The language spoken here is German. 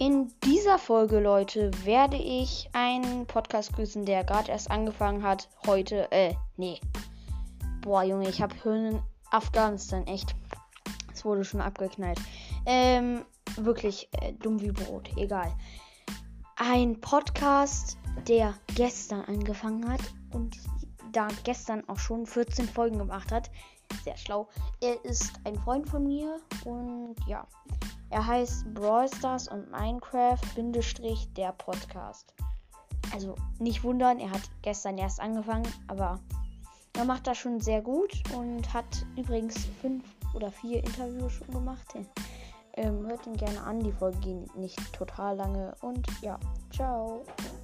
In dieser Folge, Leute, werde ich einen Podcast grüßen, der gerade erst angefangen hat. Heute, Boah, Junge, ich habe Hirn in Afghanistan, echt. Es wurde schon abgeknallt. Wirklich dumm wie Brot, egal. Ein Podcast, der gestern angefangen hat und da gestern auch schon 14 Folgen gemacht hat. Sehr schlau. Er ist ein Freund von mir und ja. Er heißt Brawl Stars und Minecraft der Podcast. Also nicht wundern, er hat gestern erst angefangen, aber er macht das schon sehr gut und hat übrigens 5 oder 4 Interviews schon gemacht. Hört ihn gerne an, die Folgen gehen nicht total lange und ja, ciao.